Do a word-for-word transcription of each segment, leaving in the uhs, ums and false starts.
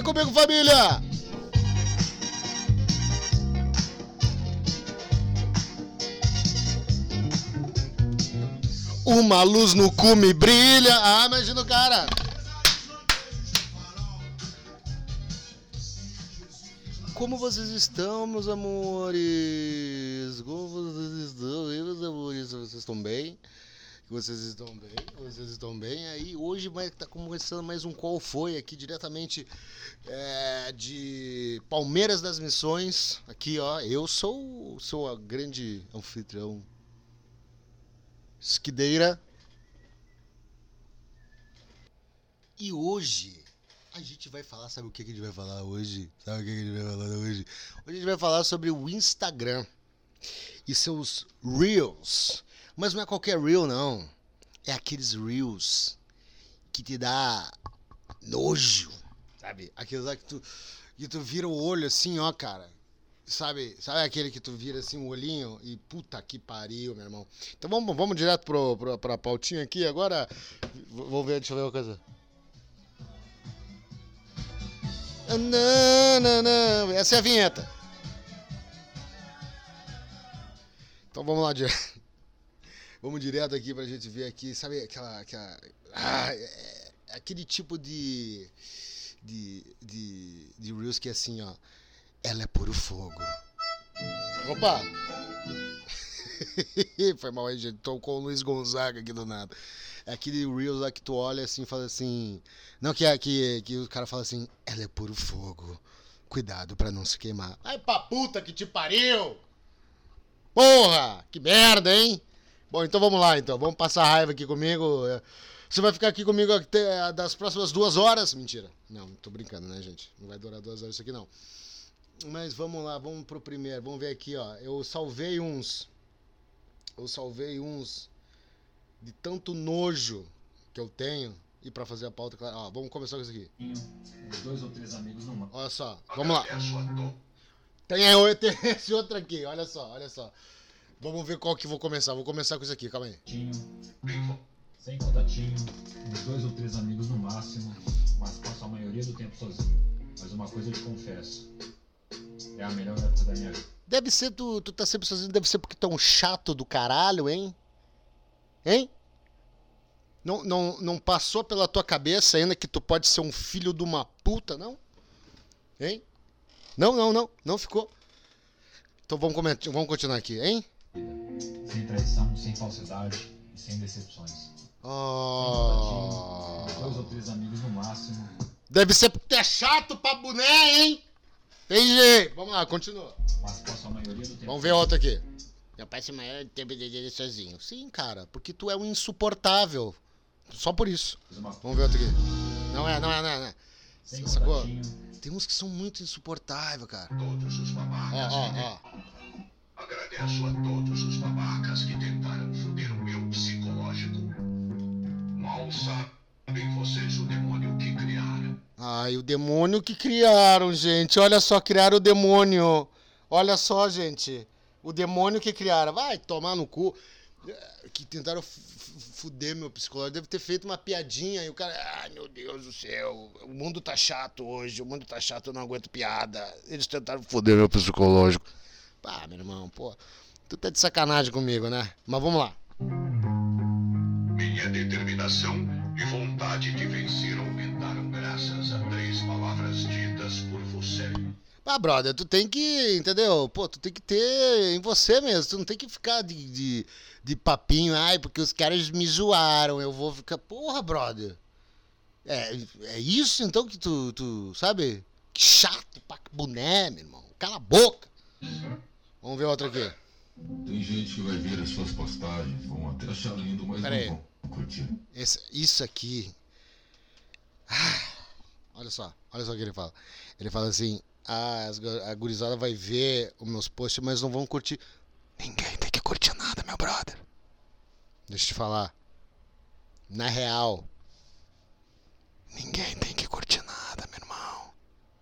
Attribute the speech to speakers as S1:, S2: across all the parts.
S1: Vem comigo, família! Uma luz no cu me brilha. Ah, imagina o cara. Como vocês estão, meus amores? Como vocês estão, hein, meus amores? Vocês estão bem? Vocês estão bem? Vocês estão bem? Aí hoje vai estar começando mais um Qual Foi aqui diretamente é, de Palmeiras das Missões. Aqui, ó, eu sou, sou a grande anfitrião Esquideira. E hoje a gente vai falar, sabe o que a gente vai falar hoje? Sabe o que a gente vai falar hoje? Hoje a gente vai falar sobre o Instagram e seus Reels. Mas não é qualquer Reel, não. É aqueles Reels que te dá nojo, sabe? Aqueles lá que tu, que tu vira o olho assim, ó, cara. Sabe, sabe aquele que tu vira assim o olhinho e puta que pariu, meu irmão. Então vamos, vamos direto pro, pro, pra pautinha aqui. Agora, vou ver, deixa eu ver uma coisa. Não, não, não. Essa é a vinheta. Então vamos lá, direto. Vamos direto aqui pra gente ver aqui, sabe aquela... aquela ah, é, é aquele tipo de... De... De... De Reels que é assim, ó. Ela é puro fogo. Opa! Foi mal aí, gente. Tocou o Luiz Gonzaga aqui do nada. É aquele Reels lá que tu olha assim e fala assim... Não, que, é, que, que o cara fala assim... Ela é puro fogo. Cuidado pra não se queimar. Ai, pra puta que te pariu! Porra! Que merda, hein? Bom, então vamos lá, então. Vamos passar raiva aqui comigo. Você vai ficar aqui comigo até das próximas duas horas? Mentira. Não, tô brincando, né, gente? Não vai durar duas horas isso aqui, não. Mas vamos lá, vamos pro primeiro. Vamos ver aqui, ó. Eu salvei uns... Eu salvei uns... De tanto nojo que eu tenho. E pra fazer a pauta, claro. Ó, vamos começar com isso aqui.
S2: Os dois ou três amigos numa.
S1: Olha só, vamos lá. Tem, tem esse outro aqui, olha só, olha só. Vamos ver qual que eu vou começar. Vou começar com isso aqui, calma aí.
S2: Sem contatinho, uns dois ou três amigos no máximo, mas passo a maioria do tempo sozinho. Mas uma coisa eu te confesso, é a melhor época da minha vida.
S1: Deve ser, tu, tu tá sempre sozinho, deve ser porque tu é um chato do caralho, hein? Hein? Não, não, não passou pela tua cabeça ainda que tu pode ser um filho de uma puta, não? Hein? Não, não, não, não ficou. Então vamos, comentar, vamos continuar aqui, hein?
S2: Sem traição, sem falsidade e sem decepções.
S1: Oh.
S2: Sem dois ou três amigos no máximo.
S1: Deve ser porque tu é chato pra boné, hein? Tem jeito. Vamos lá, continua.
S2: Mas passo a maioria do tempo.
S1: Vamos ver outro aqui. Eu passo a maioria do tempo dele sozinho. Sim, cara, porque tu é um insuportável. Só por isso. Vamos ver outro aqui. Não é, não é, não é. Não é.
S2: Sem
S1: Sacou? Tem uns que são muito insuportáveis, cara.
S3: Todos os babacas.
S1: Ó, ó, ó.
S3: Agradeço a todos os babacas que tentaram foder o meu psicológico. Mal sabem vocês o demônio que criaram.
S1: Ai, o demônio que criaram, gente. Olha só, criaram o demônio. Olha só, gente. O demônio que criaram. Vai tomar no cu. Que tentaram fuder meu psicológico. Deve ter feito uma piadinha e o cara... Ai, meu Deus do céu. O mundo tá chato hoje. O mundo tá chato, eu não aguento piada. Eles tentaram fuder meu psicológico. Ah, meu irmão, pô. Tu tá de sacanagem comigo, né? Mas vamos lá.
S3: Minha determinação e vontade de vencer aumentaram graças a três palavras ditas por você.
S1: Ah, brother, tu tem que, entendeu? Pô, tu tem que ter em você mesmo. Tu não tem que ficar de, de, de papinho. Ai, porque os caras me zoaram. Eu vou ficar... Porra, brother. É, é isso, então, que tu, tu... Sabe? Que chato pra boné, meu irmão. Cala a boca. Vamos ver outra aqui.
S4: Tem gente que vai ver as suas postagens, vão até achar lindo, mas
S1: Pera
S4: não
S1: aí.
S4: vão curtir.
S1: Esse, isso aqui... Ah, olha só, olha só o que ele fala. Ele fala assim... Ah, a gurizada vai ver os meus posts, mas não vão curtir. Ninguém tem que curtir nada, meu brother. Deixa eu te falar. Na real, ninguém tem que curtir nada, meu irmão.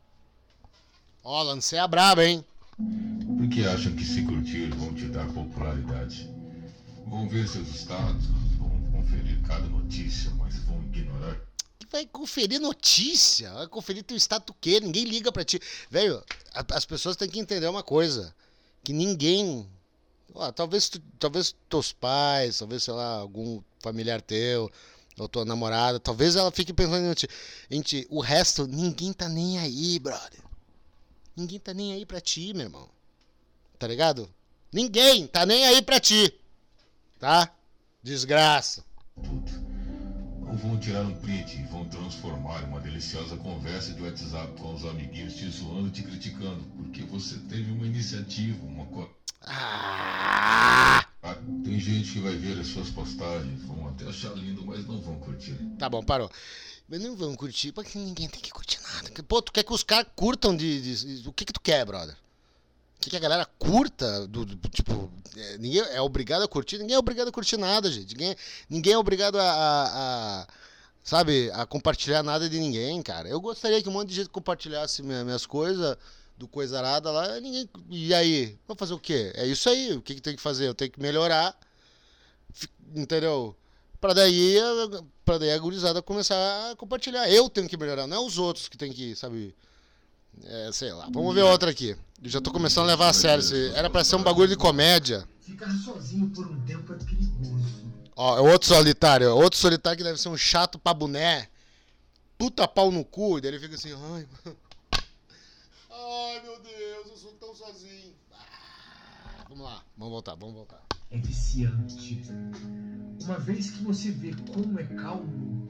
S1: Ó, lancei a braba, hein?
S4: Porque acham que se curtir vão te dar popularidade. Vão ver seus status, vão conferir cada notícia, mas vão ignorar.
S1: Que vai conferir notícia, vai conferir teu status quê, ninguém liga pra ti. Velho, as pessoas têm que entender uma coisa, que ninguém... Ó, talvez, talvez teus pais, talvez, sei lá, algum familiar teu, ou tua namorada, talvez ela fique pensando em ti. Em ti. O resto, ninguém tá nem aí, brother. Ninguém tá nem aí pra ti, meu irmão. Tá ligado? Ninguém tá nem aí pra ti. Tá? Desgraça.
S4: Ou vão tirar um print e vão transformar uma deliciosa conversa de WhatsApp com os amiguinhos te zoando e te criticando, porque você teve uma iniciativa, uma coisa.
S1: Ah!
S4: Ah, tem gente que vai ver as suas postagens, vão até achar lindo, mas não vão curtir.
S1: Tá bom, parou. Mas não vão curtir, porque ninguém tem que curtir nada. Pô, tu quer que os caras curtam de, de, de... O que que tu quer, brother? Que, que a galera curta, do, do, tipo, é, ninguém é obrigado a curtir, ninguém é obrigado a curtir nada, gente. Ninguém, ninguém é obrigado a, a, a, sabe, a compartilhar nada de ninguém, cara. Eu gostaria que um monte de gente compartilhasse minha, minhas coisas, do Coisarada lá, ninguém, e aí? Vou fazer o quê? É isso aí, o que, que tem que fazer? Eu tenho que melhorar, entendeu? Pra daí, pra daí a gurizada começar a compartilhar. Eu tenho que melhorar, não é os outros que tem que, sabe... É, sei lá, vamos ver outra aqui. Eu já tô começando a levar a sério. Era pra ser um bagulho de comédia.
S5: Ficar sozinho por um tempo é perigoso.
S1: Ó, é outro solitário. Outro solitário que deve ser um chato pra boné. Puta pau no cu. E daí ele fica assim, ai, mano. Ai, meu Deus, eu sou tão sozinho. Ah, vamos lá, vamos voltar, vamos voltar.
S5: É viciante. Uma vez que você vê como é calmo,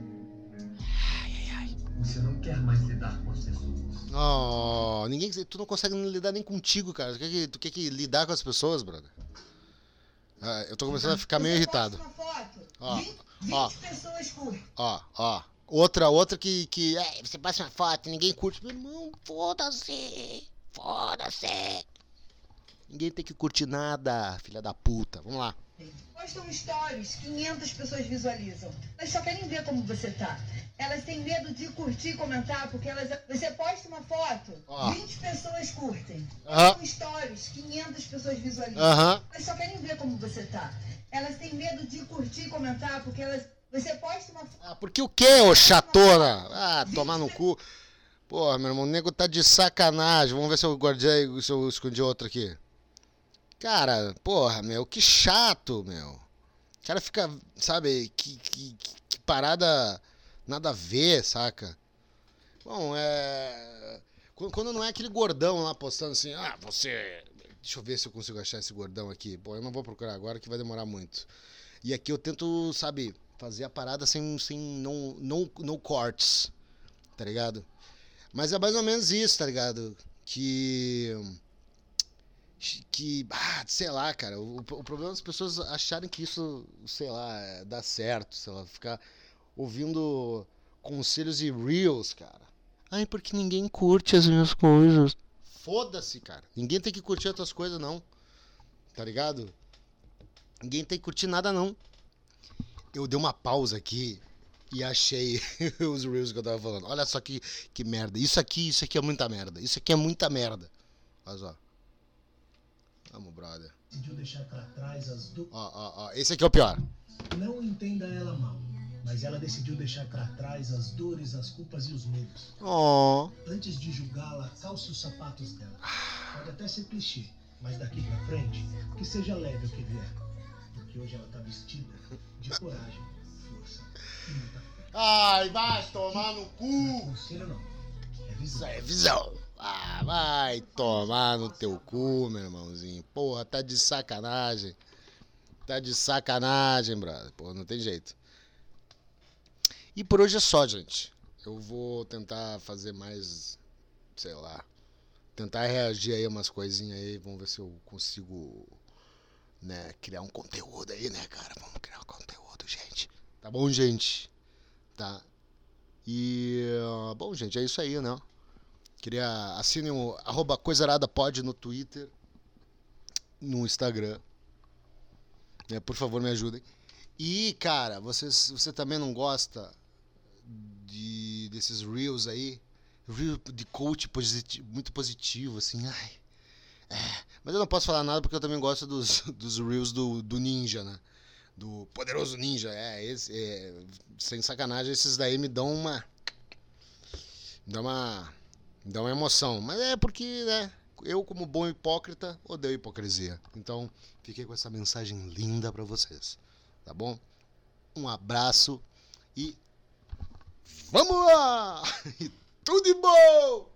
S5: você não quer mais lidar com as pessoas.
S1: Oh, ninguém, tu não consegue lidar nem contigo, cara. Tu quer que, tu quer que lidar com as pessoas, brother? Ah, eu tô começando a ficar meio
S6: você
S1: irritado.
S6: Posta uma foto,
S1: Ó,
S6: vinte,
S1: ó.
S6: vinte pessoas curtem.
S1: Ó, ó. Outra, outra que, que é, você passa uma foto, ninguém curte. Meu irmão, foda-se. Foda-se. Ninguém tem que curtir nada, filha da puta. Vamos lá.
S6: Postam stories, quinhentas pessoas visualizam. Elas só querem ver como você tá. Elas têm medo de curtir e comentar, porque elas... Você posta uma foto,
S1: Ó.
S6: vinte pessoas curtem.
S1: Aham.
S6: Postam stories, quinhentas pessoas visualizam.
S1: Aham.
S6: Elas só querem ver como você tá. Elas têm medo de curtir e comentar, porque elas... Você posta uma foto...
S1: Ah, porque o que, ô chatona? Ah, tomar no cu. Porra, meu irmão, o nego tá de sacanagem. Vamos ver se eu guardei, se eu escondi outra aqui. Cara, porra, meu, que chato, meu. O cara fica, sabe, que, que, que parada nada a ver, saca? Bom, é... Quando não é aquele gordão lá postando assim, ah, você... Deixa eu ver se eu consigo achar esse gordão aqui. Pô, eu não vou procurar agora que vai demorar muito. E aqui eu tento, sabe, fazer a parada sem, sem não, não, não cortes, tá ligado? Mas é mais ou menos isso, tá ligado? Que... que, ah, sei lá, cara, o, o problema é as pessoas acharem que isso, sei lá, dá certo, sei lá, ficar ouvindo conselhos e reels, cara. Ai, porque ninguém curte as minhas coisas. Foda-se, cara. Ninguém tem que curtir as tuas coisas, não. Tá ligado? Ninguém tem que curtir nada, não. Eu dei uma pausa aqui e achei os reels que eu tava falando. Olha só que, que merda. Isso aqui, isso aqui é muita merda. Isso aqui é muita merda. Olha só. Vamos, brother.
S5: Decidiu deixar pra trás as do...
S1: Ó, ó, ó. Esse aqui é o pior.
S5: Não entenda ela mal, mas ela decidiu deixar pra trás as dores, as culpas e os medos.
S1: Ó.
S5: Antes de julgá-la, calce os sapatos dela. Pode até ser clichê, mas daqui pra frente, que seja leve o que vier. Porque hoje ela tá vestida de coragem, força e muita fé.
S1: Ai, vai tomar no
S5: Não é
S1: cu.
S5: conselho não, é
S1: Isso
S5: visão.
S1: é visão. Ah, vai tomar no teu cu, meu irmãozinho. Porra, tá de sacanagem. Tá de sacanagem, brother. Porra, não tem jeito. E por hoje é só, gente. Eu vou tentar fazer mais, sei lá, tentar reagir aí a umas coisinhas aí. Vamos ver se eu consigo, né, criar um conteúdo aí, né, cara? Vamos criar um conteúdo, gente. Tá bom, gente? Tá. E, uh, bom, gente, é isso aí, né? Queria, assinem o arroba coisaradapod no Twitter, no Instagram. Né, por favor, me ajudem. E, cara, vocês, você também não gosta de, desses reels aí? Reel de coach positivo, muito positivo, assim, ai. É. Mas eu não posso falar nada porque eu também gosto dos, dos reels do, do Ninja, né? do Poderoso Ninja. É, esse, é, sem sacanagem, esses daí me dão uma... Me dão uma... Me dão uma emoção. Mas é porque, né, eu como bom hipócrita, odeio hipocrisia. Então, fiquei com essa mensagem linda pra vocês. Tá bom? Um abraço e... Vamos lá! E tudo de bom!